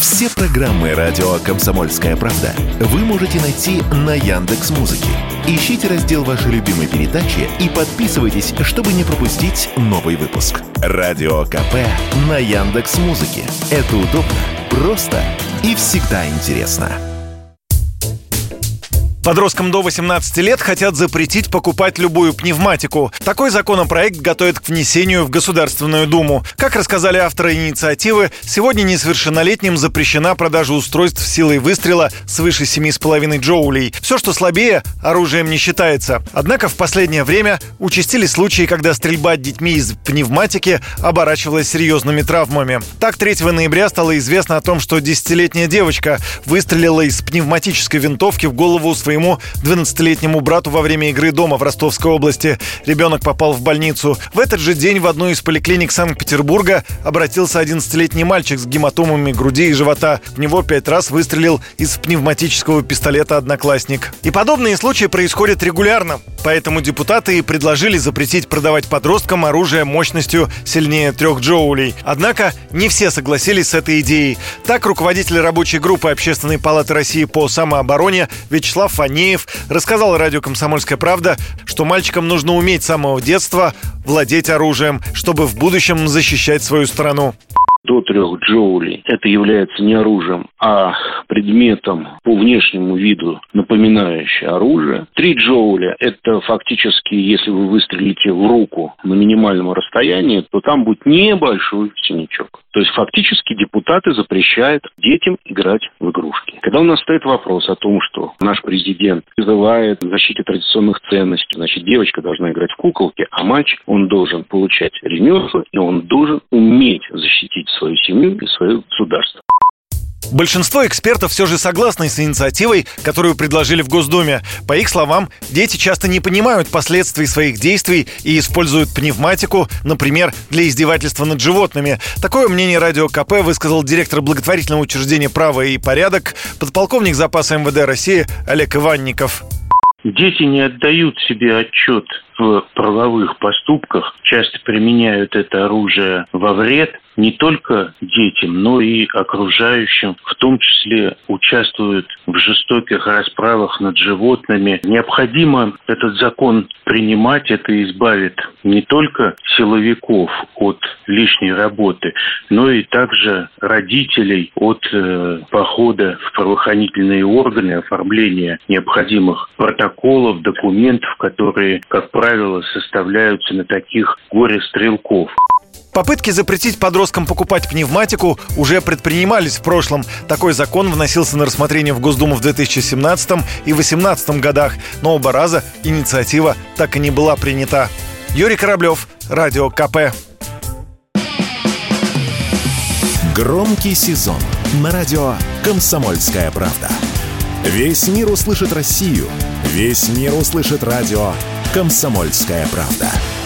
Все программы радио «Комсомольская правда» вы можете найти на Яндекс.Музыке. Ищите раздел вашей любимой передачи и подписывайтесь, чтобы не пропустить новый выпуск. Радио КП на Яндекс.Музыке. Это удобно, просто и всегда интересно. Подросткам до 18 лет хотят запретить покупать любую пневматику. Такой законопроект готовят к внесению в Государственную Думу. Как рассказали авторы инициативы, сегодня несовершеннолетним запрещена продажа устройств силой выстрела свыше 7,5 джоулей. Все, что слабее, оружием не считается. Однако в последнее время участились случаи, когда стрельба детьми из пневматики оборачивалась серьезными травмами. Так, 3 ноября стало известно о том, что 10-летняя девочка выстрелила из пневматической винтовки в голову своему 12-летнему брату во время игры дома в Ростовской области. Ребенок попал в больницу. В этот же день в одну из поликлиник Санкт-Петербурга обратился 11-летний мальчик с гематомами груди и живота. В него 5 раз выстрелил из пневматического пистолета одноклассник. И подобные случаи происходят регулярно. Поэтому депутаты и предложили запретить продавать подросткам оружие мощностью сильнее 3 джоулей. Однако не все согласились с этой идеей. Так, руководитель рабочей группы Общественной палаты России по самообороне Вячеслав Фанеев рассказал радио «Комсомольская правда», что мальчикам нужно уметь с самого детства владеть оружием, чтобы в будущем защищать свою страну. До 3 джоулей это является не оружием, а предметом по внешнему виду, напоминающее оружие. 3 джоуля – это фактически, если вы выстрелите в руку на минимальном расстоянии, то там будет небольшой синячок. То есть фактически депутаты запрещают детям играть в игрушки. Когда у нас стоит вопрос о том, что наш президент призывает к защите традиционных ценностей, значит, девочка должна играть в куколки, а мальчик, он должен получать ремесла, и он должен уметь защитить свою семью и свое государство. Большинство экспертов все же согласны с инициативой, которую предложили в Госдуме. По их словам, дети часто не понимают последствий своих действий и используют пневматику, например, для издевательства над животными. Такое мнение радио КП высказал директор благотворительного учреждения «Право и порядок», подполковник запаса МВД России Олег Иванников. Дети не отдают себе отчет в правовых поступках, часто применяют это оружие во вред не только детям, но и окружающим, в том числе участвуют в жестоких расправах над животными. Необходимо этот закон принимать, это избавит не только силовиков от лишней работы, но и также родителей от похода в правоохранительные органы, оформления необходимых протоколов, документов, которые, как правило, составляются на таких горе-стрелков. Попытки запретить подросткам покупать пневматику уже предпринимались в прошлом. Такой закон вносился на рассмотрение в Госдуму в 2017 и 2018 годах, но оба раза инициатива так и не была принята. Юрий Кораблев, Радио КП. Громкий сезон на радио «Комсомольская правда». Весь мир услышит Россию. Весь мир услышит радио «Комсомольская правда».